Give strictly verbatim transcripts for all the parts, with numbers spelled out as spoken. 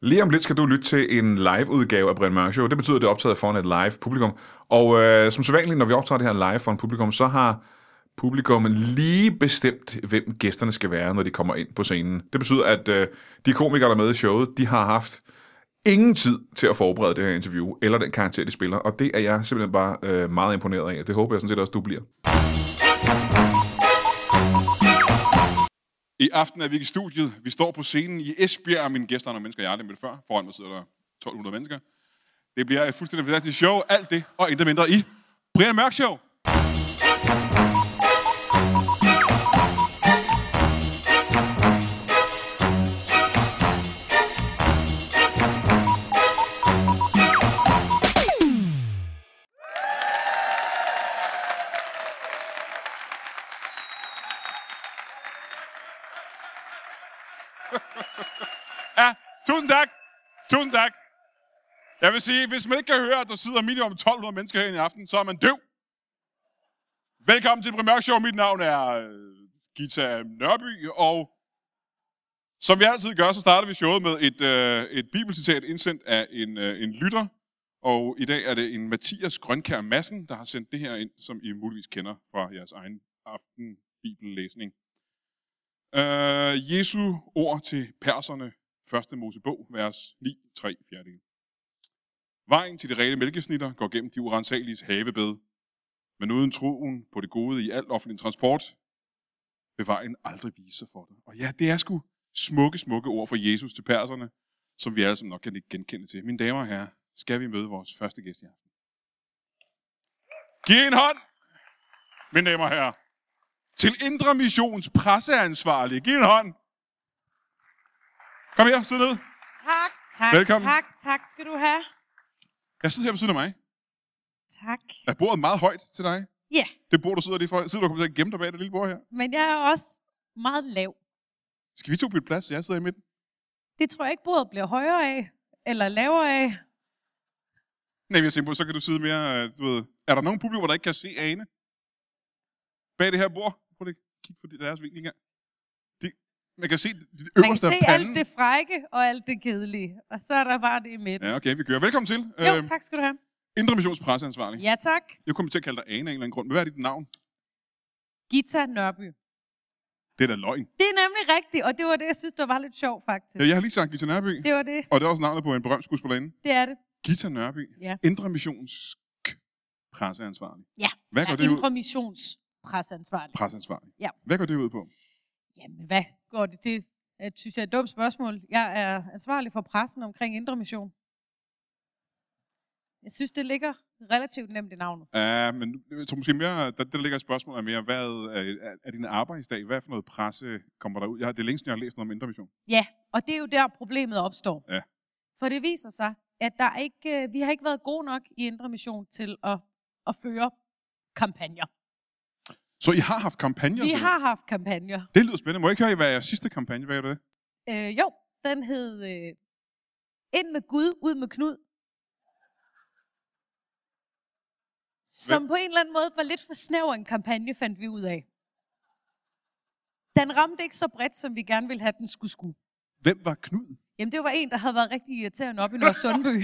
Lige om lidt skal du lytte til en live-udgave af Brian Mørk Show. Det betyder, at det er optaget foran et live publikum. Og øh, som sædvanligt, når vi optager det her live foran publikum, så har publikummet lige bestemt, hvem gæsterne skal være, når de kommer ind på scenen. Det betyder, at øh, de komikere, der er med i showet, de har haft ingen tid til at forberede det her interview, eller den karakter, de spiller. Og det er jeg simpelthen bare øh, meget imponeret af. Det håber jeg sådan set også, du bliver. I aften er vi i studiet. Vi står på scenen i Esbjerg, og mine gæster er nogle mennesker, jeg aldrig har mødt før. Foran mig sidder der tolv hundrede mennesker. Det bliver et fuldstændig fantastisk show. Alt det og intet mindre i Brian Mørk Show. Ja, tusind tak. Tusind tak. Jeg vil sige, hvis man ikke kan høre, at der sidder minimum tolv hundrede mennesker herinde i aften, så er man døv. Velkommen til Brian Mørk Show. Mit navn er uh, Gita Nørby, og som vi altid gør, så starter vi showet med et, uh, et bibelcitat indsendt af en, uh, en lytter. Og i dag er det en Mathias Grønkær Madsen, der har sendt det her ind, som I muligvis kender fra jeres egen aftenbibellæsning. Uh, Jesu ord til perserne, første Mosebog, vers ni, tre fjerdedel. Vejen til de rene mælkesnitter går gennem de uransaliges havebed, men uden troen på det gode i al offentlig transport, vil vejen aldrig vise sig for dig. Og ja, det er sgu smukke, smukke ord for Jesus til perserne, som vi alle sammen nok kan genkende til. Mine damer og herrer, skal vi møde vores første gæst i aften. Giv en hånd, mine damer og herrer, til Indre Missions presseansvarlige. Giv en hånd. Kom her, sid ned. Tak, tak, Velkommen. tak, tak skal du have. Jeg sidder her ved siden af mig. Tak. Er bordet meget højt til dig? Ja, Det bord, du sidder lige for. Sidder du kommet til at gemme dig bag det lille bord her? men jeg er også meget lav. Skal vi to bytte plads, så jeg sidder i midten? Det tror jeg ikke, bordet bliver højere af, eller lavere af. Nej, jeg tænker på, så kan du sidde mere, øh, du ved. Er der nogen publikum, der ikke kan se Ane? Bag det her bord? Prøv lige at kigge på deres vinkel engang. De, man kan se det Man kan øverste af se panden. alt det frække og alt det kedelige, og så er der bare det i midten. Ja, okay, vi kører. Velkommen til. Jo, Øh, tak skal du have. Indre Missions presseansvarlig. Ja, tak. Jeg kommer til at kalde dig Ane af en eller anden grund. Hvad er dit navn? Gita Nørby. Det er da løgn. Det er nemlig rigtigt, og det var det, jeg synes, der var lidt sjovt, faktisk. Ja, jeg har lige sagt Gita Nørby. Det var det. Og det er også navnet på en berømt skuespillerinde. Det er det. Gita Nørby. Ja. Indre Missions presseansvarlig. Ja, Hvad går ja, det ud? Indre Missions presseansvarlig. Presseansvarlig. Ja. Hvad går det ud på? Jamen, hvad går det? Det er, synes jeg er et dumt spørgsmål. Jeg er ansvarlig for pressen omkring Indre Mission. Jeg synes, det ligger relativt nemt i navnet. Ja, men jeg tror måske mere, der, der ligger et spørgsmål er mere, hvad er, er, er din arbejdsdag? Hvad for noget presse kommer der ud? Jeg har, det er længe siden, jeg har læst noget om Indre Mission. Ja, og det er jo der, problemet opstår. Ja. For det viser sig, at der ikke, vi har ikke været gode nok i Indre Mission til at, at føre kampagner. Så I har haft kampagner? Vi så? har haft kampagner. Det lyder spændende. Må jeg ikke høre, hvad er jeres sidste kampagne? Hvad er det? Øh, jo, den hed øh, Ind med Gud, ud med Knud. Som Hvem? på en eller anden måde var lidt for snæver en kampagne, fandt vi ud af. Den ramte ikke så bredt, som vi gerne ville have, den skulle skulle. Hvem var Knud? Jamen, det var en, der havde været rigtig irriterende op i Nørre Sundby.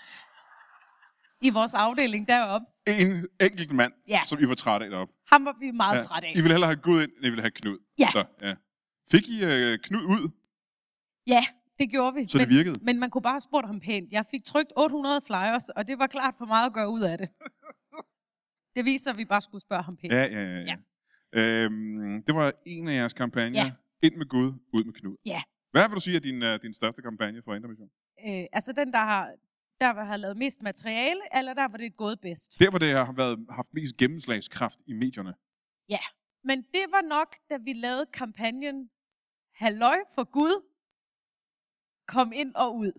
I vores afdeling deroppe. En enkelt mand, Ja. som I var træt af deroppe. Ham var vi meget ja. trætte af. I ville hellere have Gud ind, end I ville have Knud. Ja. Så, ja. Fik I øh, Knud ud, Ja, det gjorde vi. så men, det virkede? men man kunne bare have spurgt ham pænt. Jeg fik trykt otte hundrede flyers, og det var klart for meget at gøre ud af det. Det viser, at vi bare skulle spørge ham pænt. Ja, ja, ja. ja. Øhm, det var en af jeres kampagner. Ja. Ind med Gud, ud med Knud. Ja. Hvad vil du sige er din, uh, din største kampagne for Indre Mission? Øh, altså den, der har, der har lavet mest materiale, eller der, hvor det er gået bedst. Der, hvor det har været, haft mest gennemslagskraft i medierne. Ja, men det var nok, da vi lavede kampagnen Halløj for Gud, kom ind og ud.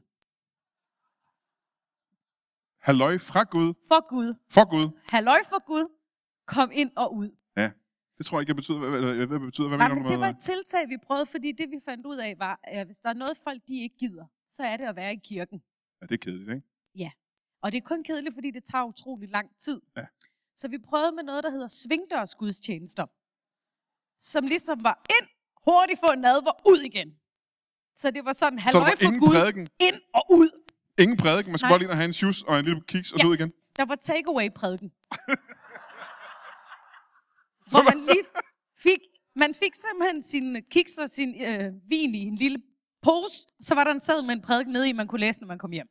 Halløj fra Gud. For Gud. For Gud. Halløj for Gud, kom ind og ud. Ja, det tror jeg ikke, jeg betyder. Hvad, hvad, hvad betyder hvad Nej, mener men du det med var et tiltag, vi prøvede, fordi det, vi fandt ud af, var, at hvis der er noget, folk de ikke gider, så er det at være i kirken. Ja, det er kedeligt, ikke? Ja, og det er kun kedeligt, fordi det tager utrolig lang tid. Ja. Så vi prøvede med noget, der hedder svingdørsgudstjenester, som ligesom var ind, hurtigt få en nadver, ud igen. Så det var sådan, Så der halløj var for ingen Gud, prædiken? ind og og ud. Ingen prædiken, man skal Nej. bare lige ind og have en shoes og en lille kiks, og Ja. så ud igen. Der var takeaway-prædiken. Hvor man lige fik, man fik simpelthen sin kiks og sin øh, vin i en lille pose, så var der en seddel med en prædiken nede i, man kunne læse, når man kom hjem.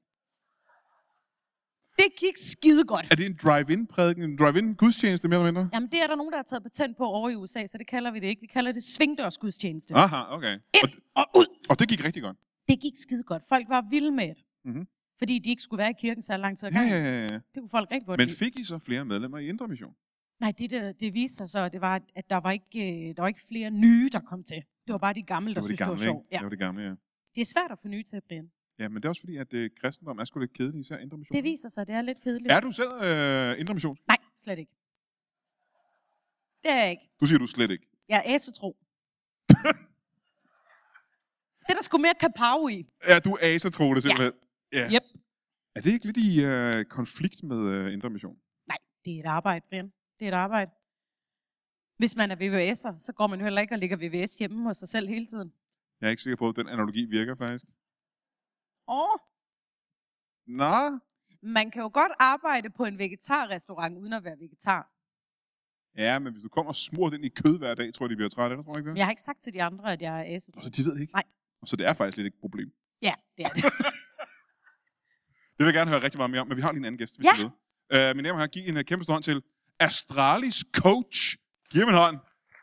Det gik skide godt. Er det en drive-in prædiken? En drive-in gudstjeneste, mere eller mindre? Jamen, det er der nogen, der har taget patent på over i U S A, så det kalder vi det ikke. Vi kalder det svingdørsgudstjeneste. Aha, okay. Og, Ind og ud. og det gik rigtig godt. Det gik skide godt. Folk var vilde med det. Mhm. Fordi de ikke skulle være i kirken så lang tid ad Ja, gangen. ja, ja, ja. Det kunne folk rigtig godt Men lide. fik I så flere medlemmer i Indre Mission? Nej, det, det, det viste sig så, at, det var, at der, var ikke, øh, der var ikke flere nye, der kom til. Det var bare de gamle, der Det var det synes, det var gamle, sjovt. ikke? Ja. Det var det gamle, ja. Det er svært at få nye til, Brian. Ja, men det er også fordi, at øh, kristendom er sgu lidt kedeligt, især Indre Mission. Det viser sig, at det er lidt kedeligt. Er du selv øh, Indre Mission? Nej, slet ikke. Det er jeg ikke. Du siger du slet ikke. Jeg er asetro. Det er der sgu mere kapav i. Ja, du er asetro, det simpelthen. Ja. Yep. Er det ikke lidt i øh, konflikt med øh, Indre Mission? Nej, det er et arbejde, Brian. Det er et arbejde. Hvis man er V V S'er, så går man jo heller ikke og ligger V V S hjemme hos sig selv hele tiden. Jeg er ikke sikker på, at den analogi virker faktisk. Åh, Nå, man kan jo godt arbejde på en vegetarrestaurant uden at være vegetar. ja, men hvis du kommer smurt ind i kød hver dag, tror jeg, de bliver trætte af det, tror jeg ikke det? Men jeg har ikke sagt til de andre, at jeg er asetro. Og så de ved det ikke? Nej. Og så det er faktisk lidt et problem. Ja, det er det. Det vil jeg gerne høre rigtig meget mere om, men vi har lige en anden gæst, hvis Ja. du ved. Uh, min nærmere her, giv en uh, kæmpe stor hånd til Astralis coach. Giv ham en hånd.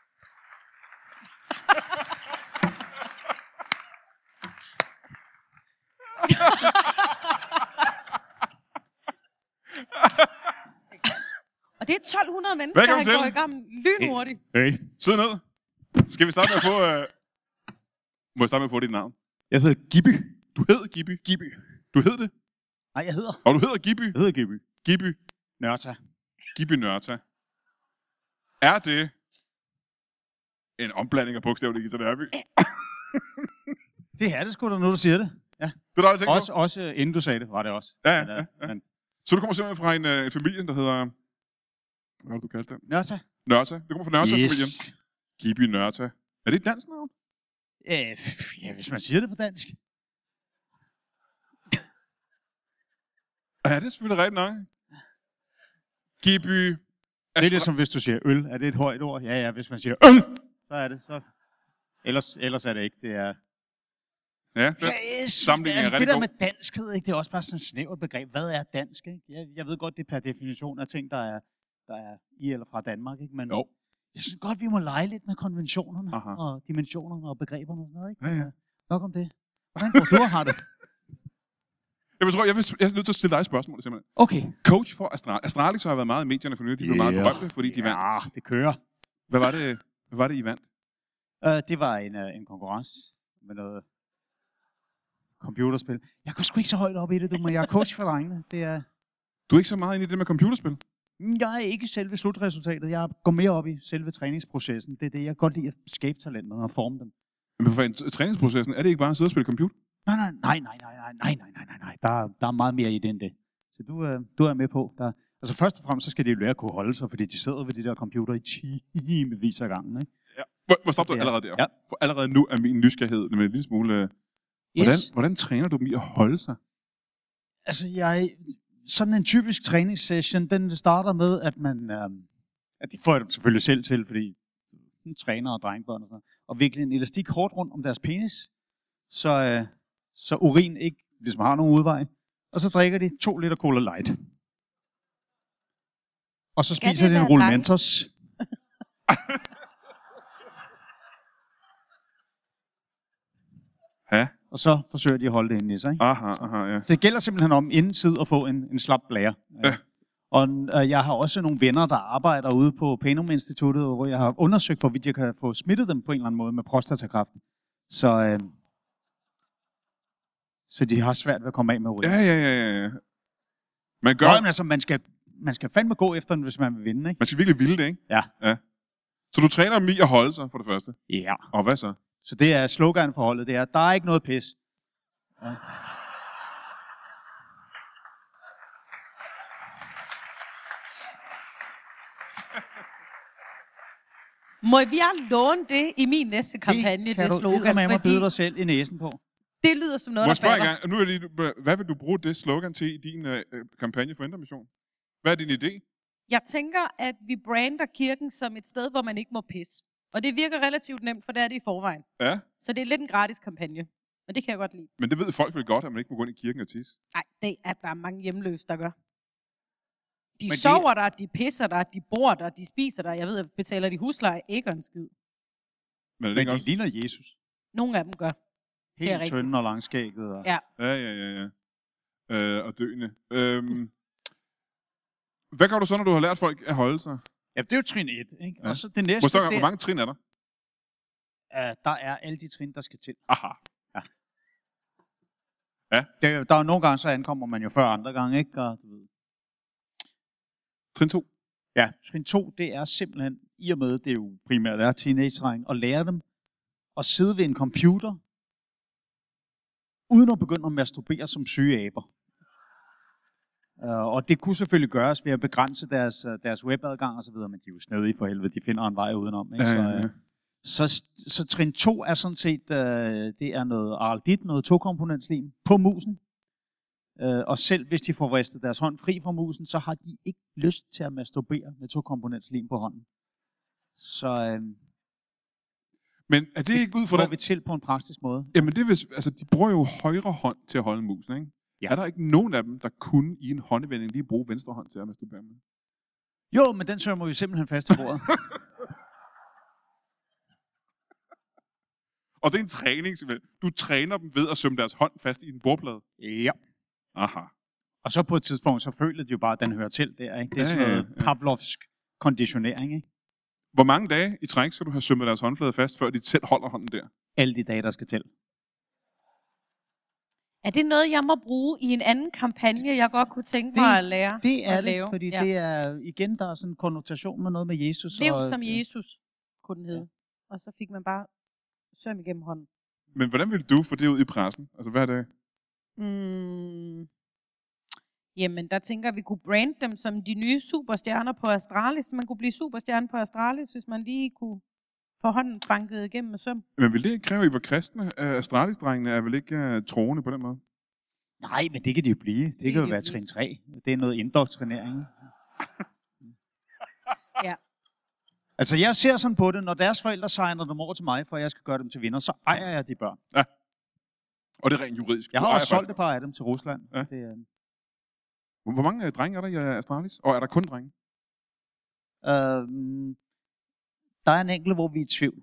Og det er tolv hundrede mennesker, Velkommen der går til. i gang lynhurtigt. Hey. Sid ned. Skal vi starte med at få... Uh... Må jeg starte med at få dit navn? Jeg hedder Gibby. Du hed Gibby. Gibby. Du hed det. Nej, jeg hedder. Og du hedder Gibby. Jeg hedder Gibby. Gibby. Nørta. Gibby Nørta. Er det en omblanding af bogstaver, det Gita Nørby? Det er det sgu da, nu du siger det. Ja. Det er dig, der tænker Også, også øh, inden du sagde det, var det også. Ja, ja, Men, øh, ja, ja. Men Så du kommer simpelthen fra en, øh, en familie, der hedder... Hvad har du kaldt den? Nørta. Nørta. Du kommer fra Nørta-familien. Gibby Nørta. Er det et dansk navn? Øh, ja, hvis man siger det på dansk. Ja, det er selvfølgelig rigtigt nok. Gibby... Det er ligesom, hvis du siger øl. Er det et højt ord? Ja, ja, hvis man siger øl, så er det så. Ellers, ellers er det ikke. Det er... Ja, det, Ja, sammenligningen er altså, rigtig det der god. med danskhed, ikke? Det er også bare sådan et snævert begreb. Hvad er dansk? Ikke? Jeg, jeg ved godt, det er per definition af ting, der er, der er i eller fra Danmark. Ikke? Men Jo. jeg synes godt, vi må lege lidt med konventionerne Aha. og dimensionerne og begreberne og sådan noget. Ikke? Ja, ja. Nok om det. Hvordan går du og har det? Jeg, tror, jeg, vil, jeg er nødt til at stille dig et spørgsmål, simpelthen. Okay. Coach for Astral. Astralis har været meget i medierne for nylig. De blev meget Ja. berømte, fordi de Ja, vandt. det kører. Hvad var det, hvad var det I vandt? Uh, det var en, uh, en konkurrence med noget computerspil. Jeg går sgu ikke så højt op i det, du, men jeg er coach for drengene. Det er... Du er ikke så meget inde i det med computerspil. Jeg er ikke selve slutresultatet. Jeg går mere op i selve træningsprocessen. Det er det, jeg kan godt lide at skabe talenterne og forme dem. Men for en træningsprocessen, er det ikke bare at sidde og spille computer? Nej, nej, nej, nej, nej, nej, nej, nej, nej, nej, nej. Der, er- der er meget mere i det end det. Så du, øh, du er med på. Der, altså først og fremmest, så skal de jo lære at kunne holde sig, fordi de sidder ved de der computer i timevis af gangen, ikke? Ja. Hvor, hvor stopper du Ja. allerede der? Ja. For allerede nu er min nysgerrighed med en lille smule... øh, Hvordan, hvordan træner du dem i at holde sig? Altså, jeg, sådan en typisk træningssession, den starter med, at man, øh, at de får dem selvfølgelig selv til, fordi de træner og drengebørn og sådan noget, og vikle en elastik hårdt rundt om deres penis, så, øh, så urin ikke ligesom har nogen udvej, og så drikker de to liter Cola Light. Og så Skal spiser det de en være rulle langt? Mentos. Ja. Og så forsøger de at holde det inde i sig, ikke? Aha, aha, ja. Så det gælder simpelthen om inden tid at få en, en slap blære. Ja. Og øh, jeg har også nogle venner, der arbejder ude på Panum Instituttet, hvor jeg har undersøgt, hvorvidt jeg kan få smittet dem på en eller anden måde med prostatakræft. Så, øh, så de har svært ved at komme af med urin. Ja, ja, ja, ja. Man gør... Nå, men altså, man skal, man skal fandme gå efter den, hvis man vil vinde, ikke? Man skal virkelig ville det, ikke? Ja. ja. Så du træner dem i at holde sig, for det første. Ja. Og hvad så? Så det er slogan for holdet, det er, der er ikke noget pis. Ja. Må vi låne det i min næste kampagne, det, kan det du slogan? med mig Fordi bide dig selv i næsen på. Det lyder som noget, Må jeg der spørge batter. engang, nu er jeg lige, hvad vil du bruge det slogan til i din øh, kampagne for Indre Mission? Hvad er din idé? Jeg tænker, at vi brander kirken som et sted, hvor man ikke må pisse. Og det virker relativt nemt, for det er det i forvejen. Ja, Så det er lidt en gratis kampagne. Og det kan jeg godt lide. men det ved folk vel godt, at man ikke må gå ind i kirken og tisse. Nej, det er der mange hjemløse, der gør. De Men sover det... der, de pisser der, de bor der, de spiser der. Jeg ved, at betaler de husleje ikke en skid. Men er det Men ikke de også? ligner Jesus. Nogle af dem gør. Det er Helt rigtigt. tynde og langskægget. Og... Ja. Ja, ja, ja, ja. Øh, og døende. Øhm, hvad gør du så, når du har lært folk at holde sig? Ja, det er jo trin et, ikke? Ja. Og så det næste, Hvor, står, hvor det, mange trin er der? uh, der er alle de trin, der skal til. Aha. Der, der er jo nogle gange, så ankommer man jo før andre gange, ikke? Og, du ved. Trin to. Ja, trin to, det er simpelthen, i og med, det er jo primært er teenage-dreng, at lære dem at sidde ved en computer, uden at begynde at masturbere som syge aber. Uh, og det kunne selvfølgelig gøres ved at begrænse deres, uh, deres webadgang og så videre, men de er jo snedige for helvede, de finder en vej udenom. Ikke? Ja, Så, ja, ja. uh, så, så trin to er sådan set, uh, det er noget Araldit, noget tokomponentslim på musen. Uh, og selv hvis de får vristet deres hånd fri fra musen, så har de ikke lyst til at masturbere med tokomponentslim på hånden. Så uh, Men er det ikke ud fra får den? vi til på en praktisk måde. Jamen det er hvis, altså de bruger jo højre hånd til at holde musen, ikke? Ja. Er der ikke nogen af dem, der kunne i en håndevending lige bruge venstre hånd til at masturbere med? Jo, men den sømmer vi simpelthen fast til bordet. Og det er en træning, simpelthen. Du træner dem ved at sømme deres hånd fast i en bordplade. Ja. Aha. Og så på et tidspunkt, så føler de jo bare, at den hører til der. Ikke? Det er Ja, sådan ja, noget ja. Pavlovsk konditionering. Ikke? Hvor mange dage i træk skal du have sømmet deres håndflade fast, før de selv holder hånden der? Alle de dage, der skal til. Er det noget, jeg må bruge i en anden kampagne, jeg godt kunne tænke Det- mig at lære? Det er at det, lave? fordi Ja. det er, igen, der er sådan en konnotation med noget med Jesus. Lev og, som Jesus, kunne den hedde. Og så fik man bare søm igennem hånden. Men hvordan vil du få det ud i pressen? Altså hvad er det? Mm. Jamen, der tænker jeg, at vi kunne brande dem som de nye superstjerner på Astralis. Man kunne blive superstjerne på Astralis, hvis man lige kunne få hånden banket igennem med søm. Men vil det ikke kræve, at I var kristne? Uh, Astralis-drengene er vel ikke uh, troende på den måde? Nej, men det kan de jo blive. Det, det kan jo de være blive. trin tre. Det er noget indoktrinering. Ja. Altså, jeg ser sådan på det, når deres forældre signer dem over til mig, for at jeg skal gøre dem til vinder, så ejer jeg de børn. Og det er rent juridisk. Jeg Du har ejer også solgt faktisk- et par af dem til Rusland. Ja. Det, er, Hvor hvor mange uh, drenge er der i uh, Astralis? Og er der kun drenge? øhm, der er en enkelt, hvor vi er i tvivl.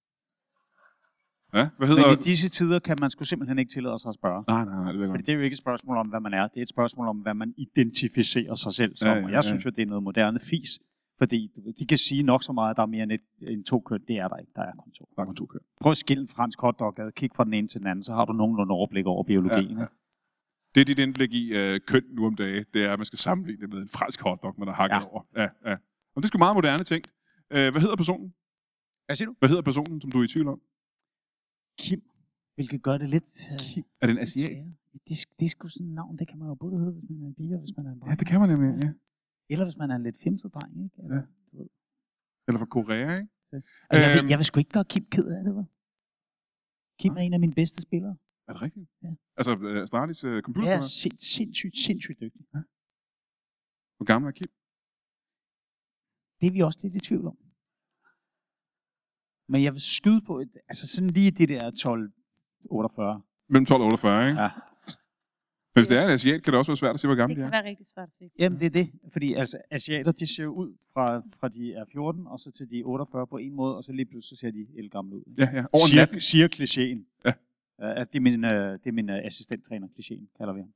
Ja, hvad hedder... Men i disse tider kan man sgu simpelthen ikke tillade sig at spørge. Nej, nej, nej, det ved jeg Fordi godt. det er jo ikke et spørgsmål om, hvad man er. Det er et spørgsmål om, hvad man identificerer sig selv som. Ja, ja, Og ja. jeg synes jo, det er noget moderne fis. Fordi du ved, de kan sige nok så meget, at der er mere end, et, end to køn. Det er der ikke. Der er kun to. Der er kun to køn. Prøv at skille en fransk hotdog ad. Kig fra den ene til den anden, så har du nogenlunde overblik over biologien. Ja, Ja, ja. Det er dit indblik i uh, køn nu om dage. Det er, at man skal sammenligne det med en fransk hotdog, man har hakket Ja. over. Ja, ja. Og det er sgu meget moderne ting. Uh, hvad hedder personen? Hvad siger du? Hvad hedder personen, som du er i tvivl om? Kim. Hvilket gør det lidt... Uh, Kim. Er det en asiat? det, er- det er sgu sådan et navn. Det kan man jo både hedde, hvis man er en pige, og hvis man er en dreng. Ja, det kan man nemlig, ja. Eller hvis man er en lidt femset dreng, ikke? Eller, Ja. du ved. Eller fra Korea, ikke? Og jeg, Øhm. vil, jeg vil sgu ikke gøre Kim ked af det, hva'? Kim er en af mine bedste spillere. Er det rigtigt? Ja. Altså, uh, Astralis uh, Ja, computerspiller? sind, sindssygt, sindssygt dygtig. Hvor gammel er Kim? Det er vi også lidt i tvivl om. Men jeg vil skyde på, et, altså sådan lige det der tolv otteogfyrre. Mellem tolv og otteogfyrre, ikke? Ja. Men hvis det er en asiat, kan det også være svært at se, hvor Det gammel de kan er. være rigtig svært at se. Jamen det er det, fordi altså asiater, de ser jo ud fra, fra de er fjorten, og så til de er otteogfyrre på en måde, og så lige pludselig så ser de ældgamle ud. Ja, ja. Over siger, natten. siger klichéen. Ja. Uh, at det er min, uh, det er min uh, assistenttræner, klichéen, kalder vi ham.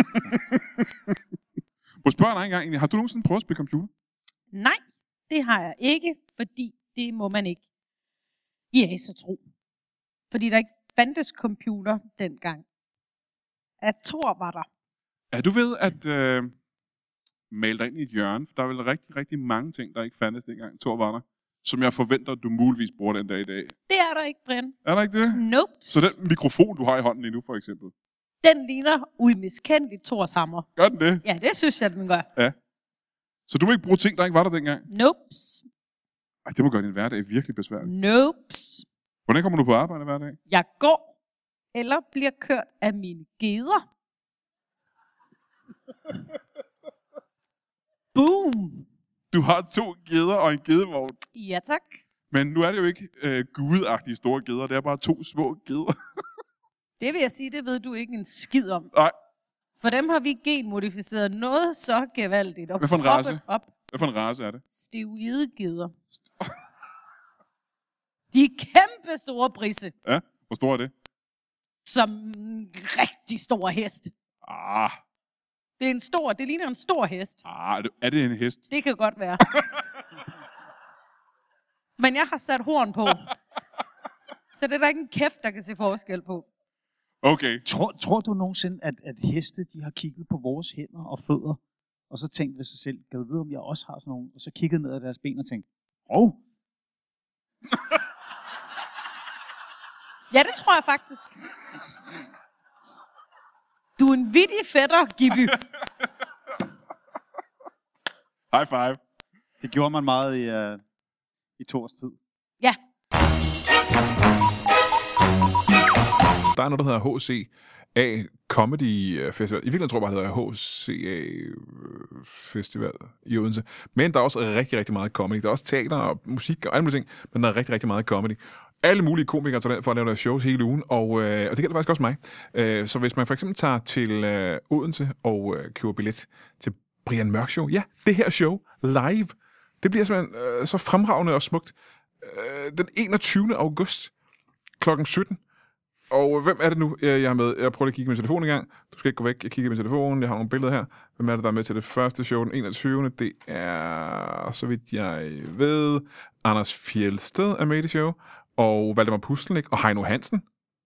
Må jeg spørge dig engang egentlig, har du nogensinde prøvet at spille computer? Nej, det har jeg ikke, fordi det må man ikke i Asertro. Fordi der ikke fandtes computer dengang. At Thor var der. Er du ved at øh, male dig ind i et hjørne? For der er vel rigtig, rigtig mange ting, der ikke fandtes dengang Thor var der, som jeg forventer, at du muligvis bruger den dag i dag. Det er der ikke, Brian. Er der ikke det? Nope. Så den mikrofon, du har i hånden lige nu, for eksempel. Den ligner umiskendeligt Thors hammer. Gør den det? Ja, det synes jeg, den gør. Så du vil ikke bruge ting, der ikke var der dengang? Nope. Ej, det må gøre din hverdag virkelig besværlig. Nope. Hvordan kommer du på arbejde hver dag? Jeg går eller bliver kørt af mine geder? Boom! Du har to geder og en gedevogn. Ja, tak. Men nu er det jo ikke øh, gudagtige store geder. Det er bare to små geder. Det vil jeg sige, det ved du ikke en skid om. Nej. For dem har vi genmodificeret noget så gevaldigt. Og Hvad for en proppet race? Op. Hvad for en race er det? Steroidegeder. De er kæmpe store brisse. Ja, hvor stor er det? Som en rigtig stor hest. Ah, Det er en stor, det ligner en stor hest. ah, er det- er det en hest? Det kan godt være. Men jeg har sat horn på. Så det er der ikke en kæft, der kan se forskel på. Okay. Tror, tror du nogensinde, at, at heste de har kigget på vores hænder og fødder, og så tænkt ved sig selv, kan du vide, om jeg også har sådan nogle, og så kigget ned ad deres ben og tænkt, åh, oh, Ja, det tror jeg faktisk. Du er en vittig fætter, Gibby. High five. det gjorde man meget i, uh, i to års tid. Ja. Der er noget, der hedder H C A Comedy Festival. I virkeligheden tror jeg bare, det hedder H C A Festival i Odense. Men der er også rigtig, rigtig meget comedy. Der er også teater og musik og alle mulige ting, men der er rigtig, rigtig meget comedy. Alle mulige komikere tager den for at lave deres shows hele ugen, og, øh, og det gælder faktisk også mig. Øh, så hvis man for eksempel tager til øh, Odense og øh, køber billet til Brian Mørk Show, ja, det her show live, det bliver simpelthen øh, så fremragende og smukt. Øh, den enogtyvende august klokken sytten. Og hvem er det nu, jeg har med? Jeg prøver lige at kigge min telefon en gang. Du skal ikke gå væk. Jeg kigger på min telefon. Jeg har nogle billeder her. Hvem er det, der er med til det første show den enogtyvende? Det er, så vidt jeg ved, Anders Fjelsted er med i det show. Og Valdemar Pustelnik og Heino Hansen,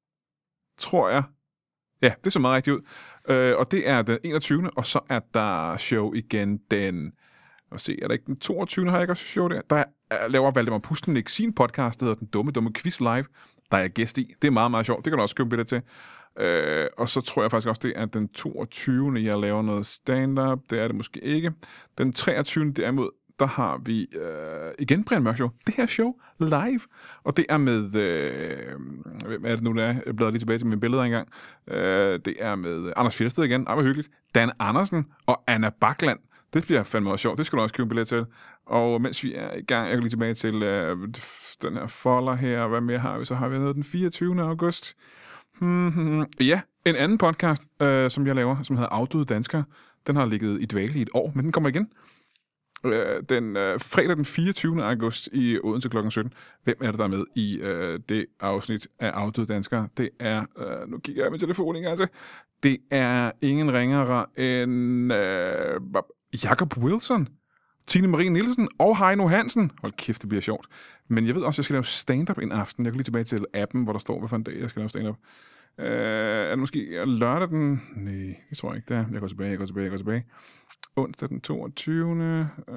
tror jeg. Ja, det så meget rigtigt ud. Øh, og det er den enogtyvende Og så er der show igen den... Og se, er der ikke den toogtyvende har jeg ikke også show der? Der er, laver Valdemar Pustelnik sin podcast, der hedder Den Dumme Dumme Quiz Live. Der er jeg gæst i. Det er meget, meget sjovt. Det kan du også købe billet til. Øh, og så tror jeg faktisk også, det er den toogtyvende jeg laver noget stand-up. Det er det måske ikke. Den treogtyvende derimod, der har vi øh, igen Brian Mørk Show. Det her show live. Og det er med... Øh, hvem er det nu, der er? Jeg bladrer lige tilbage til mine billeder engang. Øh, det er med Anders Fjelsted igen. Ej, hvor hyggeligt. Dan Andersen og Anna Bakland. Det bliver fandme også sjovt. Det skal du også købe en billet til. Og mens vi er i gang, jeg kan lige tilbage til øh, den her folder her. Hvad mere har vi? Så har vi noget den fireogtyvende august. Hmm, ja, en anden podcast, øh, som jeg laver, som hedder Afdøde Danskere. Den har ligget i dvale i et år, men den kommer igen. Øh, den øh, fredag den fireogtyvende august i Odense klokken sytten. Hvem er det, der er med i øh, det afsnit af Afdøde Danskere? Det er, øh, nu kigger jeg med telefonen altså. Det er ingen ringere end øh, Jacob Wilson, Tine Marie Nielsen og Heino Hansen. Hold kæft, det bliver sjovt. Men jeg ved også, at jeg skal lave stand-up en aften. Jeg kan lige tilbage til appen, hvor der står, hvad for en dag jeg skal lave stand-up. Øh, er det måske lørdag den... Nej, det tror jeg ikke, det er. Jeg går tilbage, jeg går tilbage, jeg går tilbage. Onsdag den toogtyvende Øh,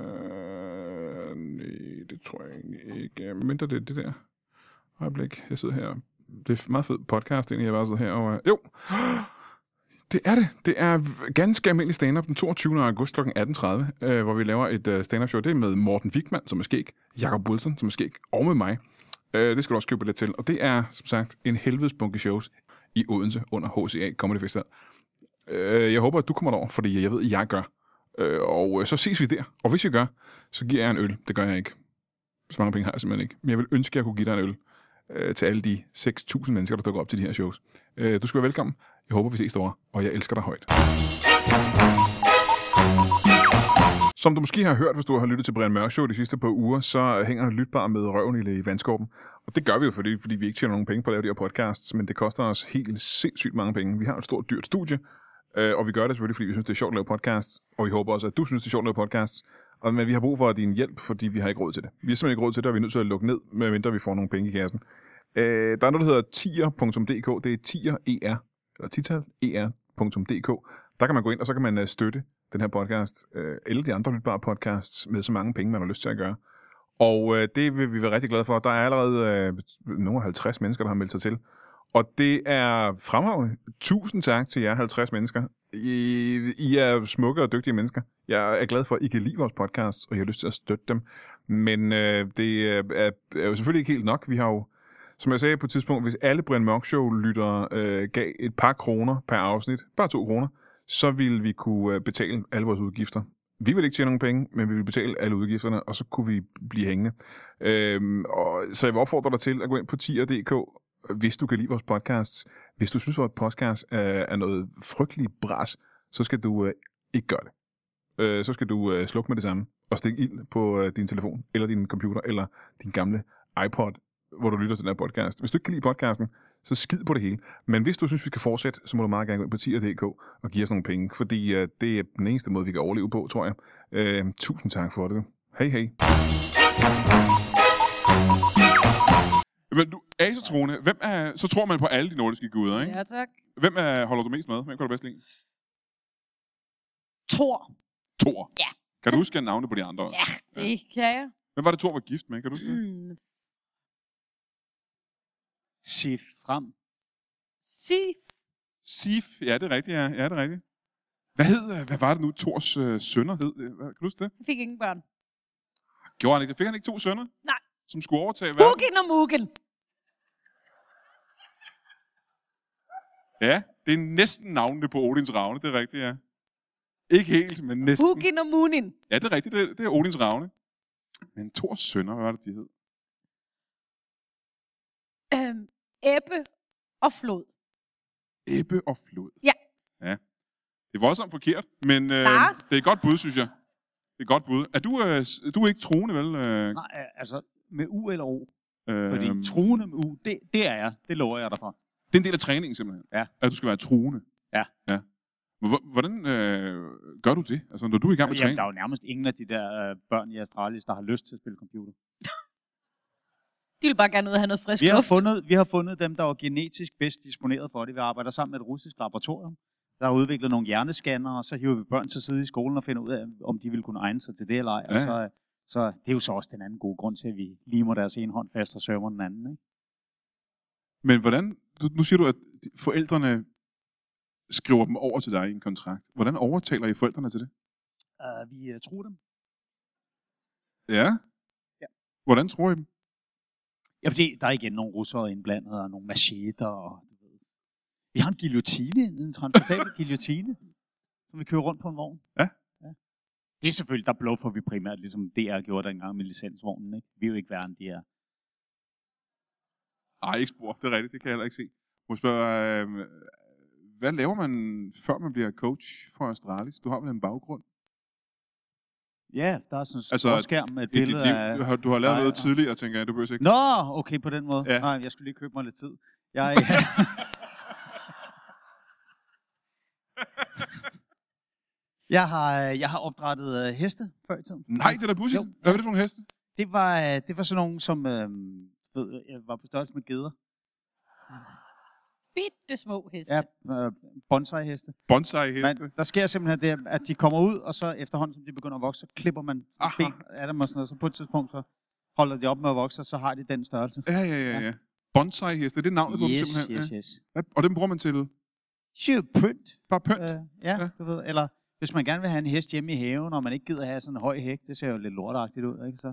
nej, det tror jeg egentlig ikke. Mindre det det der. Øjeblik, jeg sidder her. Det er meget fed podcast, egentlig. Jeg bare sidder her og... Øh, jo! Det er det. Det er ganske almindelig stand-up den toogtyvende august klokken atten tredive øh, hvor vi laver et øh, stand-up show. Det er med Morten Wigman, som er skæg, Jacob Wilson, som er skæg, og med mig. Øh, det skal du også købe lidt til. Og det er, som sagt, en helvedes bunke shows i Odense under H C A Comedy Festival. Øh, jeg håber, at du kommer derover, fordi jeg ved, at jeg gør. Øh, og øh, så ses vi der. Og hvis vi gør, så giver jeg en øl. Det gør jeg ikke. Så mange penge har jeg simpelthen ikke. Men jeg vil ønske, at jeg kunne give dig en øl øh, til alle de seks tusind mennesker, der dukker op til de her shows. Øh, du skal være velkommen. Jeg håber, vi ses derovre, og jeg elsker dig højt. Som du måske har hørt, hvis du har lyttet til Brian Mørk Show de sidste par uger, så hænger lytbar med røven i vandskorpen. Og det gør vi jo, fordi, fordi vi ikke tjener nogen penge på at lave de her podcasts, men det koster os helt sindssygt mange penge. Vi har et stort, dyrt studie, og vi gør det selvfølgelig, fordi vi synes, det er sjovt at lave podcasts, og vi håber også, at du synes, det er sjovt at lave podcasts. Men vi har brug for din hjælp, fordi vi har ikke råd til det. Vi har simpelthen ikke råd til det, og vi er nødt til at lukke ned, medmindre vi får nogle penge i kassen. Øh, der er noget, der hedder tier punktum d k. Det er tier, er, eller tital, er punktum d k. Der kan man gå ind, og så kan man uh, støtte den her podcast, uh, eller de andre lytbare podcasts, med så mange penge, man har lyst til at gøre. Og uh, det vil vi være rigtig glade for. Der er allerede uh, nogle halvtreds mennesker, der har meldt sig til. Og det er fremragende. Tusind tak til jer halvtreds mennesker. I, I er smukke og dygtige mennesker. Jeg er glad for, at I kan lide vores podcast, og jeg har lyst til at støtte dem. Men uh, det er, er jo selvfølgelig ikke helt nok. Vi har jo som jeg sagde på et tidspunkt, hvis alle Brian Mørk Show-lyttere øh, gav et par kroner per afsnit, bare to kroner, så ville vi kunne betale alle vores udgifter. Vi vil ikke tjene nogen penge, men vi vil betale alle udgifterne, og så kunne vi blive hængende. Øhm, og, så jeg vil opfordre dig til at gå ind på tier punktum d k, hvis du kan lide vores podcasts. Hvis du synes, vores podcast er, er noget frygteligt bras, så skal du øh, ikke gøre det. Øh, så skal du øh, slukke med det samme og stikke ild på øh, din telefon, eller din computer, eller din gamle iPod, hvor du lytter til den her podcast. Hvis du ikke kan lide podcasten, så skid på det hele. Men hvis du synes, vi skal fortsætte, så må du meget gerne gå ind på tier punktum d k og give os nogle penge, fordi uh, det er den eneste måde, vi kan overleve på, tror jeg. Uh, tusind tak for det. Hej, hej. Men du, asetroende, hvem er, så tror man på alle de nordiske guder, ikke? Ja, tak. Hvem er, holder du mest med? Hvem kan du bedst lide? Thor. Thor. Ja. Kan du huske navnet på de andre? Ja, det ja. kan jeg. Hvem var det, Thor var gift med? Kan du huske det? Mm. Sif frem. Sif. Sif, ja, det er rigtigt, ja. Ja, det er rigtigt. Hvad hed, hvad var det nu, Thors øh, sønner hed? Hvad, kan du huske det? Jeg fik ingen børn. Gjorde han ikke det? Fik han ikke to sønner? Nej. Som skulle overtage verden? Hugin og Mugen. Ja, det er næsten navnet på Odins ravne, det er rigtigt, ja. Ikke helt, men næsten. Hugin og Munin. Ja, det er rigtigt, det er, det er Odins ravne. Men Thors sønner, hvad var det, de hed? Øhm, Ebbe og Flod. Ebbe og Flod. Ja. Ja. Det er voldsomt forkert, men øh, Ja. det er et godt bud, synes jeg. Det er et godt bud. Er du, øh, du er ikke troende, vel? Øh, Nej, altså med U eller O. øh, Fordi truende med U, det, det er jeg. Det lover jeg dig for. Det er en del af træningen, simpelthen. Ja. At du skal være troende. Ja. Ja. H- Hvordan øh, gør du det? Altså, når du er i gang med Jamen, træning? der er jo nærmest ingen af de der øh, børn i Astralis, der har lyst til at spille computer. De vil bare gerne ud og have noget frisk Vi har, luft. fundet, vi har fundet dem, der var genetisk bedst disponeret for det. Vi arbejder sammen med et russisk laboratorium, der har udviklet nogle hjernescanner, og så hiver vi børn til side i skolen og finder ud af, om de vil kunne egne sig til det eller ej. Ja. Og så, så det er jo så også den anden gode grund til, at vi limer deres ene hånd fast og sømmer den anden. Ikke? Men hvordan, du, nu siger du, at de- forældrene skriver dem over til dig i en kontrakt. Hvordan overtaler I forældrene til det? Uh, vi uh, tror dem. Ja? Ja. Hvordan tror I dem? Ja, fordi der er igen nogle russere indblandet, og nogle macheter, og du ved. Vi har en guillotine, en transportabel guillotine, som vi kører rundt på en vogn. Ja. ja. Det er selvfølgelig, der bluffer vi primært, ligesom D R gjorde dengang med licensvognen. Ikke? Vi er jo ikke værre end de er. Ej, ikke spor. Det er rigtigt. Det kan jeg heller ikke se. Må jeg spørge, øh, hvad laver man, før man bliver coach for Astralis? Du har vel en baggrund? Ja, der er sådan en Altså, stor skærm med et I dit billede liv, af... du har, du har lavet Nej, noget ja. tidligere, tænker jeg. Du behøver ikke. Nå, okay, på den måde. Ja. Ja. Nej, jeg skulle lige købe mig lidt tid. Jeg, jeg, har, jeg har opdrettet uh, heste før i tiden. Nej, det er da pudsigt. Jo. Hvad var det for nogle heste? Det var, øh, det var sådan nogle, som øh, ved, jeg var på størrelse med geder. Bitte små heste. Ja, øh, bonsai-heste. Bonsai-heste. Men der sker simpelthen det, at de kommer ud, og så efterhånden, som de begynder at vokse, så klipper man Aha. ben af dem og sådan noget. Så på et tidspunkt, så holder de op med at vokse, og så har de den størrelse. Ja, ja, ja, ja. Bonsai-heste, det er navnet på dem Yes, simpelthen. yes, Ja. yes. Ja, og dem bruger man til Sheer print. bare pynt. Øh, ja, Ja. ja, du ved. Eller hvis man gerne vil have en hest hjemme i haven, og man ikke gider have sådan en høj hæk, det ser jo lidt lortagtigt ud, ikke så?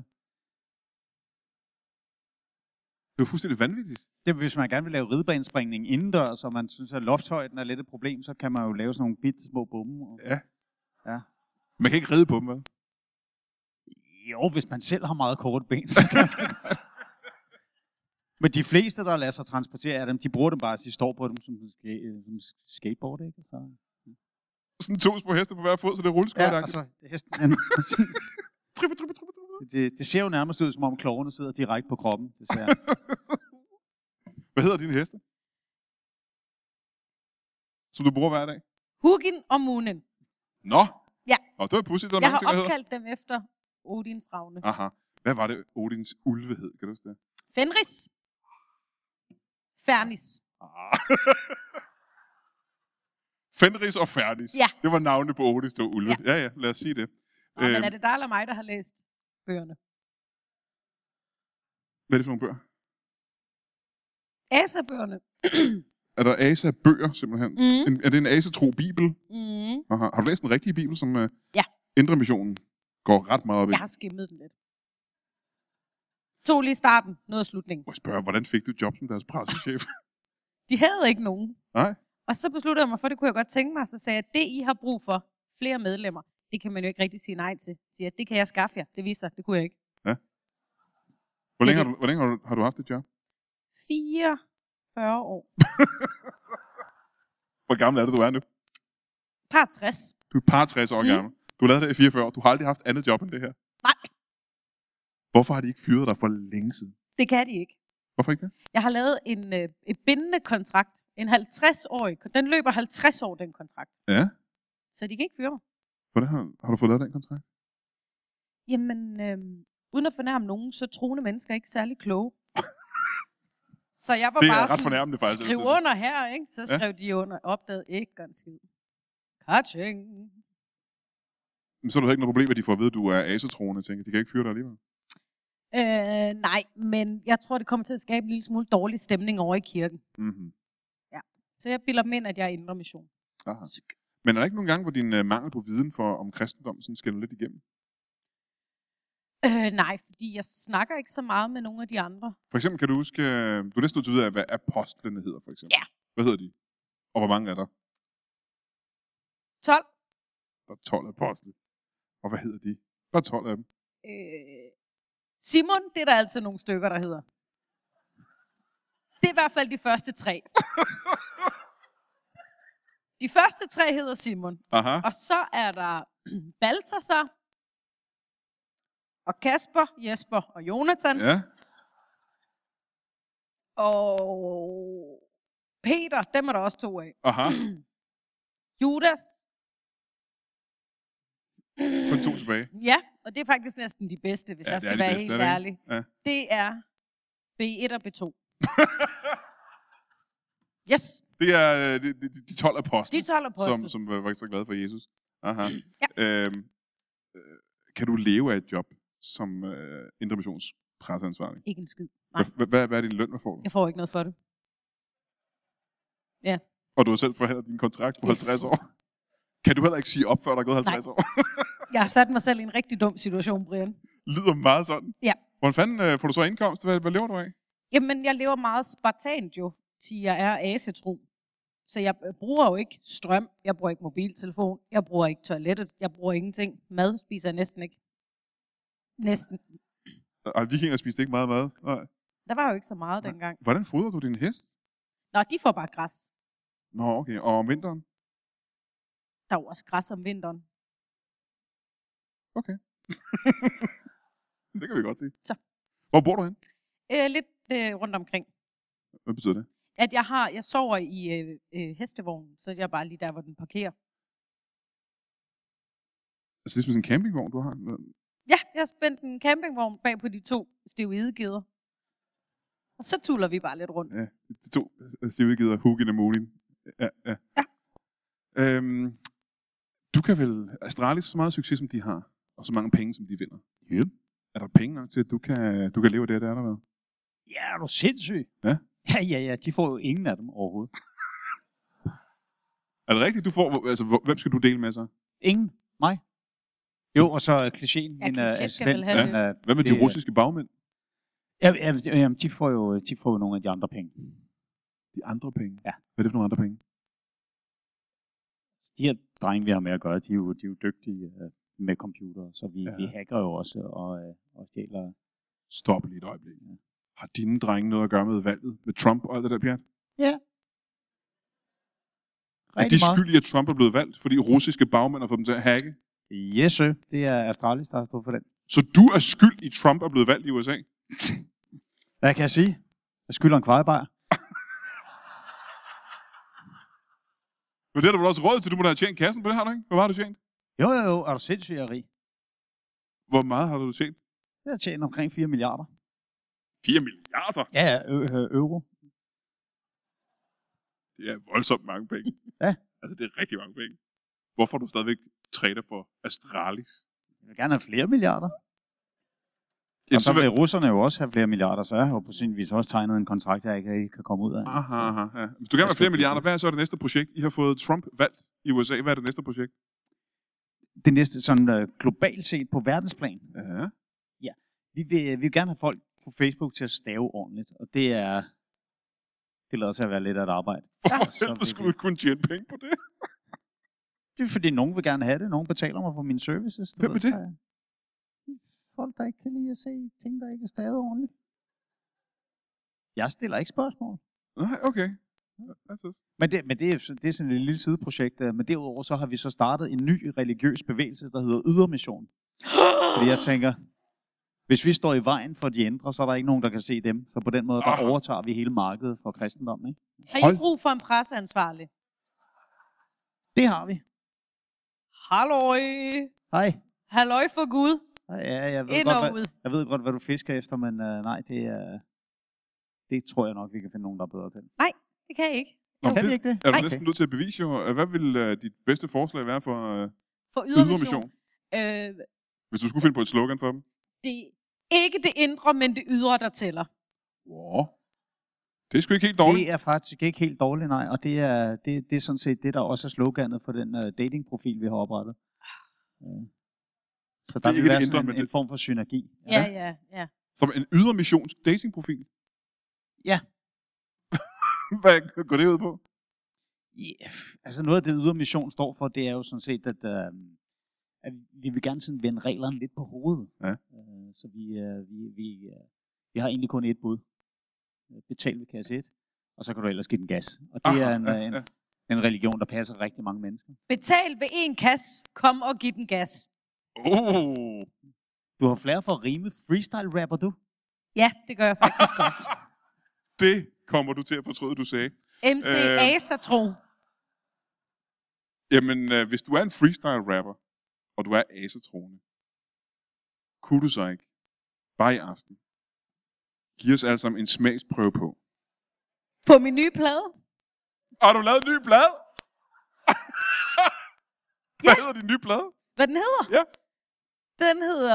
Det er jo fuldstændig vanvittigt. Det, hvis man gerne vil lave ridebanespringning indendørs, og man synes, at lofthøjden er lidt et problem, så kan man jo lave sådan nogle bitte små bomme. Og... Ja. Ja. Man kan ikke ride på dem, vel? Jo, hvis man selv har meget korte ben, så kan man godt. Men de fleste, der lader sig transportere af dem, de bruger dem bare, så de står på dem som, sk- som skateboard, ikke? Så... Sådan to små heste på hver fod, så det er rulleskøjt. Ja, altså, hesten, den, Trippe, trippe, trippe, trippe. det, det ser jo nærmest ud, som om klovene sidder direkte på kroppen. Det ser. Hvad hedder dine heste? Som du bruger hver dag? Hugin og Munin. Nå! Ja. Og det var pudsigt, der er Jeg mange ting, har der hedder. opkaldt dem efter Odins ravne. Aha. Hvad var det, Odins ulve hed? Kan du huske det? Fenris. Fernis. Ah. Fenris og Fernis. Ja. Det var navnet på Odins, det var ulve. Ja. Ja, ja, lad os sige det. Nå, men Øhm. er det dig eller mig, der har læst bøgerne? Hvad er det for nogle bøger? Asa-bøgerne. Er der Asa-bøger, simpelthen? Mm. En, er det en Asa-tro bibel? Mm. Aha. Har du læst den rigtige bibel, som uh, Ja. Indre Missionen går ret meget op i? Jeg har skimmet den lidt. tog lige starten, noget slutningen. Må jeg spørge, hvordan fik du job som deres pressechef? De havde ikke nogen. Nej. Og så besluttede jeg mig for, det kunne jeg godt tænke mig. Så sagde jeg, det I har brug for, flere medlemmer, det kan man jo ikke rigtig sige nej til. Så siger jeg, det kan jeg skaffe jer. Det viser det kunne jeg ikke. Ja. Hvor længe, har du, hvor længe har, du, har du haft et job? fireogfyrre år. Hvor gammel er det, du er nu? Par tres. Du er par tres år mm. gammel. Du har lavet det i fireogfyrre år. Du har aldrig haft andet job end det her. Nej. Hvorfor har de ikke fyret dig for længe siden? Det kan de ikke. Hvorfor ikke det? Jeg har lavet en øh, et bindende kontrakt. En halvtreds-årig. Den løber halvtreds år, den kontrakt. Ja. Så de kan ikke fyre mig. Hvordan har, har du fået lavet den kontrakt? Jamen, øh, uden at fornærme nogen, så troende mennesker er ikke særlig kloge. Så jeg var det er bare ret sådan, fornærmende, faktisk. skriv under her, ikke? Så skrev Ja. de under, opdagede ikke en skid. Catching. Men så er der ikke noget problem, at de får at vide, at du er asetroende, tænker. De kan ikke fyre dig alligevel. Øh, nej, men jeg tror, det kommer til at skabe en lille smule dårlig stemning over i kirken. Mm-hmm. Så jeg bilder dem ind, at jeg er indre mission. Aha. Men er der ikke nogen gange, hvor din uh, mangel på viden for, om kristendom sådan skinner lidt igennem? Øh, nej, fordi jeg snakker ikke så meget med nogle af de andre. For eksempel kan du huske, uh, du er næsten nødt til at vide, hvad apostlene hedder, for eksempel. Ja. Hvad hedder de? Og hvor mange er der? tolv. Der er tolv apostle. Og hvad hedder de? Der er tolv af dem. Øh, Simon, det er der altid nogle stykker, der hedder. Det er i hvert fald de første tre. De første tre hedder Simon. Aha. Og så er der Balthasar, og Kasper, Jesper og Jonathan. Ja. Og Peter, dem er der også to af. Aha. Judas. Kun to tilbage. Ja, og det er faktisk næsten de bedste, hvis Ja, jeg det er skal de være bedste, helt er det ærlig. Ja. Det er B et og B to. Yes, Det er øh, de, de, de tolv apostle, de tolv apostle. som, som var så glade for Jesus. Aha. Ja. Øhm, øh, kan du leve af et job som øh, Indre Missions presseansvarlig? Ikke en skid. Nej, Hvad, hvad, hvad er din løn, hvad får du? jeg får ikke noget for det. Ja. Og du har selv forhandlet din kontrakt på Yes. halvtreds år. Kan du heller ikke sige op, før der er gået halvtreds Nej. år? Jeg har sat mig selv i en rigtig dum situation, Brian. Lyder meget sådan. Ja. Hvordan fanden øh, får du så indkomst? Hvad, hvad lever du af? Jamen, jeg lever meget spartant jo, til jeg er asetro. Så jeg øh, bruger jo ikke strøm, jeg bruger ikke mobiltelefon, jeg bruger ikke toilettet, jeg bruger ingenting. Mad spiser jeg næsten ikke. Næsten. Ej, vikinger spiste ikke meget mad. Nej. Der var jo ikke så meget dengang. Hvordan fodrer du din hest? Nå, de får bare græs. Nå, okay. Og om vinteren? Der er jo også græs om vinteren. Okay. Det kan vi godt sige. Så. Hvor bor du hen? Øh, lidt øh, rundt omkring. Hvad betyder det? At jeg har, jeg sover i øh, øh, hestevognen, så jeg er bare lige der, hvor den parkerer. Altså, det er som sådan en campingvogn, du har? Ja, jeg har spændt en campingvogn bag på de to steroidegeder. Og så tuller vi bare lidt rundt. Ja, de to stivgider, Hugin og Molin. Ja, ja. Ja. Øhm, du kan vel, Astralis, så meget succes, som de har, og så mange penge, som de vinder. Yep. Er der penge nok til, at du kan, du kan leve af det, der er der ved? Ja, er du sindssyg? Ja? Ja, ja, ja. De får jo ingen af dem overhovedet. Er det rigtigt? Du får, altså, hvor- hvem skal du dele med så? Ingen? Mig? Jo, og så klichéen. Ja, min, kliché øh, skal assistent, vel have men, lidt. øh, Hvad med det, de russiske bagmænd? Ja, ja, jamen, de får jo de får jo nogle af de andre penge. De andre penge? Ja. Hvad er det for nogle andre penge? De her drenge, vi har med at gøre, de er jo, de er jo dygtige øh, med computer, så vi, Ja. ja. vi hacker jo også og, øh, og stjæler. Stop lige et øjeblik. Har dine drenge noget at gøre med valget? Med Trump og alt det der pjat? Ja. Er de skyldige, at Trump er blevet valgt, fordi russiske bagmænd har fået dem til at hacke? Yes, sir. Det er Astralis, der har stået for den. Så du er skyld i, at Trump er blevet valgt i U S A? Hvad kan jeg sige? Jeg skylder en kvejebajer. Men det har du vel også råd til, du må da have tjent kassen på det, har du ikke? Hvor meget har du tjent? Jo, jo, jo. Er du sindssygt jeg er rig? Hvor meget har du tjent? Jeg har tjent omkring fire milliarder. fire milliarder? Ja, ja, ø- ø- euro. Det er voldsomt mange penge. Ja. Altså, det er rigtig mange penge. Hvorfor er du stadigvæk trader for Astralis? Jeg vil gerne have flere milliarder. Jamen, Og så vil- vil russerne jo også have flere milliarder, så jeg har jo på sin vis også tegnet en kontrakt, jeg ikke kan komme ud af. Aha, aha, ja. Hvis du gerne vil have flere milliarder, hvad er så det næste projekt? I har fået Trump valgt i U S A. Hvad er det næste projekt? Det næste, sådan uh, globalt set på verdensplan, Ja. Vi vil, vi vil gerne have folk på Facebook til at stave ordentligt, og det er... Det lader til at være lidt af et arbejde. Hvorfor helvede skulle vi kunne tjene penge på det? Det er fordi, nogen vil gerne have det. Nogen betaler mig for mine services. Hvem er det? Der folk, der ikke kan lide at se ting, der ikke er stavet ordentligt. Jeg stiller ikke spørgsmål. Nej, okay. Men det, men det, er, det er sådan et lille sideprojekt. Men derudover så har vi så startet en ny religiøs bevægelse, der hedder Ydermission. Fordi jeg tænker, hvis vi står i vejen for de ændre, så er der ikke nogen, der kan se dem. Så på den måde, der Aha. overtager vi hele markedet for kristendom. Ikke? Har I brug for en presseansvarlig? Det har vi. Halløj! Hej. Halløj for Gud! Ja, jeg ved, Ind godt, og hvad, ud. jeg ved godt, hvad du fisker efter, men uh, nej, det er... Det tror jeg nok, vi kan finde nogen, der er bedre til. Nej, det kan jeg ikke. Nå, Kan det, vi ikke det? er du Nej. næsten nødt til at bevise, jo. Hvad vil uh, dit bedste forslag være for uh, For ydermission? ydermission. Øh, Hvis du skulle finde på et slogan for dem? det er ikke det indre, men det ydre, der tæller. Wow. Det er sgu ikke helt dårligt. Det er faktisk ikke helt dårligt, nej. Og det er, det, det er sådan set det, der også er sloganet for den uh, datingprofil, vi har oprettet. Uh, så der er vil ikke være det sådan indre, en, men en form for synergi. Ja, ja, ja. Som en ydermissions datingprofil? Ja. Hvad går det ud på? Yeah. Altså noget af det Ydermission står for, det er jo sådan set, at, uh, at vi vil gerne sådan vende reglerne lidt på hovedet. Ja. Uh, så vi, uh, vi, vi, uh, vi har egentlig kun ét bud. Betal ved kasse et, og så kan du ellers give den gas. Og det Aha, er en, ja, uh, en, ja. en religion, der passer rigtig mange mennesker. Betal ved en kasse, kom og giv den gas. Oh. Du har flere for at rime. Freestyle rapper du? Ja, det gør jeg faktisk også. Det kommer du til at fortryde, du sagde. M C Øh. Asatro. Jamen, øh, hvis du er en freestyle rapper, og du er asatroende, kunne du så ikke, bare i aften, give os alle sammen en smagsprøve på? På min nye plade. Har du lavet en ny plade? Hvad hedder din nye plade? Hvad den hedder? Ja. Den hedder...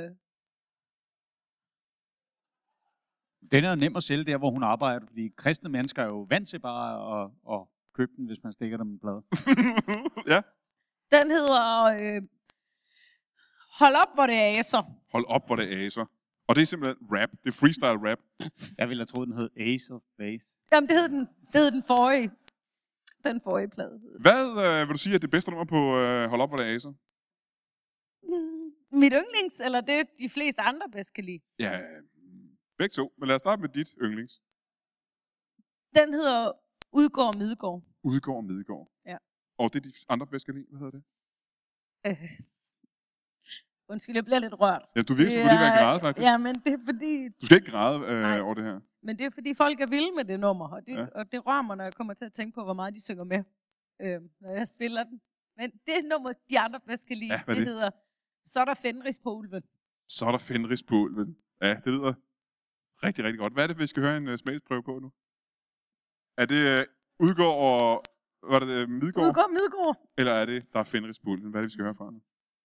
Den er jo nem at sælge der, hvor hun arbejder, fordi kristne mennesker er jo vant til bare at, at købe den, hvis man stikker dem en plade. Ja. Den hedder... Øh, hold op, hvor det er aser. Hold op, hvor det aser. Og det er simpelthen rap. Det er freestyle rap. Jeg ville have troet, den hed Ace of Base. Jamen, det hed den, det hed den forrige. Den forrige plade. Hvad øh, vil du sige er det bedste nummer på øh, Hold op, hvor det aser? Mm, mit yndlings, eller det de fleste andre bedst kan lide. Ja, begge to. Men lad os starte med dit yndlings. Den hedder Udgård Midgård. Udgård og Midgård. Ja. Og det er de andre bedst kan lide. Hvad hedder det? Øh. Undskyld, jeg bliver lidt rørt. Ja, du virker som, du lige være græde, faktisk. Ja, men det er fordi... Du skal ikke græde øh, over det her. Men det er fordi folk er vilde med det nummer, og det, Ja. ja. og det rører mig, når jeg kommer til at tænke på, hvor meget de synger med, øh, når jeg spiller den. Men det nummer, de andre bedst kan lide, Ja, ja, hvad det, er det? hedder Så er der Fenris på ulven. Så er der Fenris på ulven. Ja, det lyder rigtig, rigtig godt. Hvad er det, vi skal høre en uh, smagsprøve på nu? Er det uh, Udgård og... Var det uh, Midgård? Udgård Midgård. Eller er det, der er Fenris på ulven? Hvad er det, vi skal høre fra nu?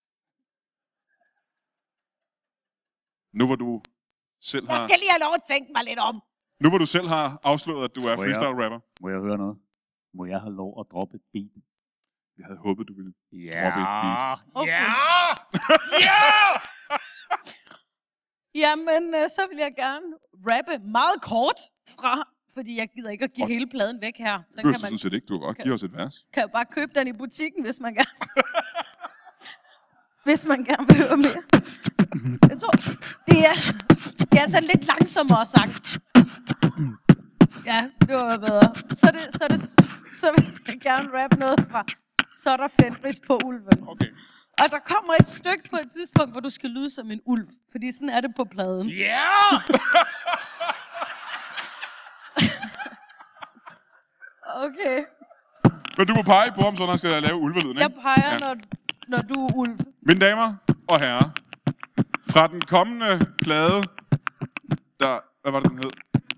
Nu hvor du selv Jeg har... skal lige have lov at tænke mig lidt om. Nu hvor du selv har afsløret, at du er Må jeg? freestyle rapper. Må jeg høre noget? Må jeg have lov at droppe et beat? Jeg havde håbet, du ville Ja. droppe et beat. Okay. Ja! Ja! Jamen, øh, så vil jeg gerne rappe meget kort fra, fordi jeg gider ikke at give Og- hele pladen væk her. Den Det kan er sådan man set ikke. Du kan godt give os et vers. kan jo bare købe den i butikken, hvis man gerne hvis man gerne vil høre mere. Jeg tror, det er, det er sådan lidt langsommere sagt. Ja, det var bedre. Så, er det, så, er det, så vil jeg gerne rappe noget fra Så er der Fenris på ulven. Okay. Og der kommer et stykke på et tidspunkt, hvor du skal lyde som en ulv. Fordi sådan er det på pladen. Ja! Yeah! Okay. Men du må pege på, om sådan, han skal lave ulvelyden, ikke? Jeg peger, Ja. når, når du er ulv. Mine damer og herrer, fra den kommende plade, der... Hvad var det, den hed?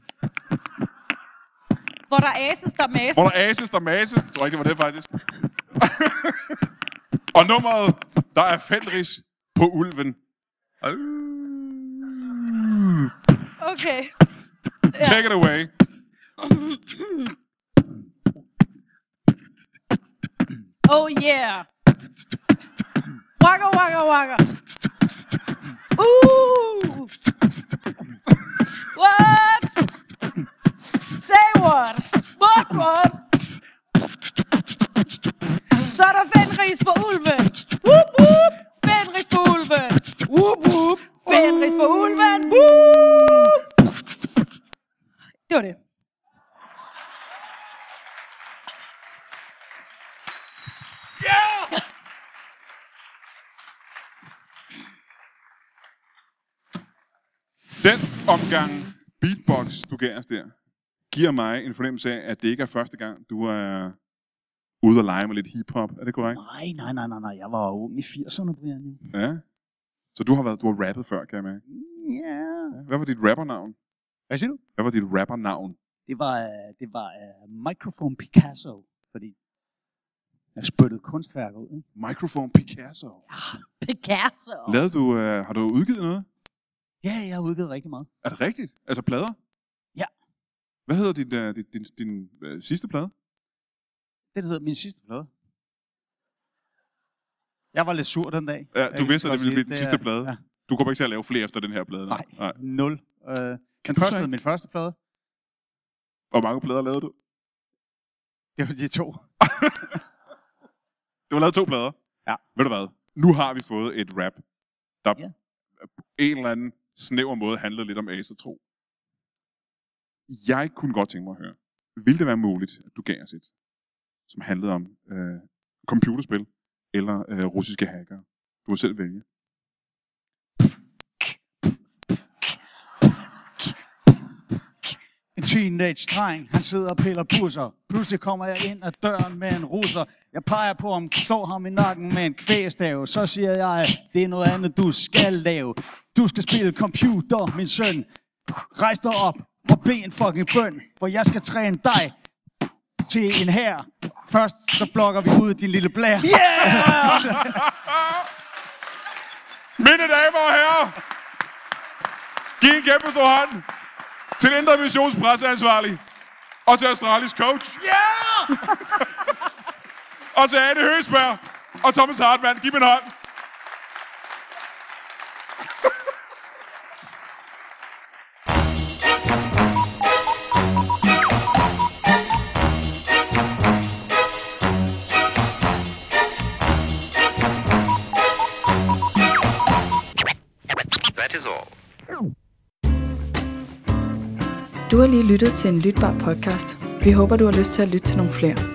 Hvor der ases, der mases. Hvor der ases, der mases. Jeg tror ikke, det var det, faktisk. Og nummeret, der er Fenris på ulven. Okay. Take it away. Oh yeah. Waka, waka, waka. Uh. What? Say what? What, what? Så er der Fenris på ulven. Whoop, whoop. Fenris på ulven. Whoop, whoop. Fenris på ulven. Whoop. Det var det. Yeah! Den omgang beatbox, du gav os der, giver mig en fornemmelse af, at det ikke er første gang, du er ude og lege med lidt hiphop. Er det korrekt? Nej, nej, nej, nej, nej. Jeg var ung i firserne, Brian. Ja. Så du har været, du har rappet før, kan jeg mærke. Ja. Ja. Hvad var dit rappernavn? Hvad siger du? Hvad var dit rappernavn? Det var, uh, det var uh, Microphone Picasso, fordi jeg spyttede kunstværker ud. Ikke? Microphone Picasso. Ja. Picasso. Lavede du, uh, har du udgivet noget? Ja, jeg har udgivet rigtig meget. Er det rigtigt? Altså plader? Ja. Hvad hedder din, uh, din, din, din uh, sidste plade? Det hedder min sidste plade. Jeg var lidt sur den dag. Ja, du vidste, at det ville blive den sidste er, plade. Ja. Du kommer ikke til at lave flere efter den her plade? Nej, Nej. nul. Uh, Kan den du første så- hed min første plade. Hvor mange plader lavede du? Det var de to. Du har lavet to plader? Ja. Ved du hvad? Nu har vi fået et rap, der Ja. på en eller anden snæver måde handlede lidt om Ace og Tro. Jeg kunne godt tænke mig at høre, ville det være muligt, at du gav os et, som handlede om øh, computerspil eller øh, russiske hackere? Du må selv vælge. En teenage-dreng, han sidder og piller pusser. Pludselig kommer jeg ind ad døren med en russer. Jeg peger på ham, slår ham i nakken med en kvægstav. Så siger jeg, det er noget andet, du skal lave. Du skal spille computer, min søn. Rejs dig op og bed en fucking bøn, hvor jeg skal træne dig til en hær. Først så blokker vi ud din lille blær. Yeah! Mine damer og herrer, giv en kæmpe stor hånd til den Indre Missions presseansvarlig og til Astralis coach. Yeah! Og til Anne Høgsberg og Thomas Hartmann. Giv mig en hånd. That is all. Du har lige lyttet til en lytbar podcast. Vi håber, du har lyst til at lytte til nogle flere.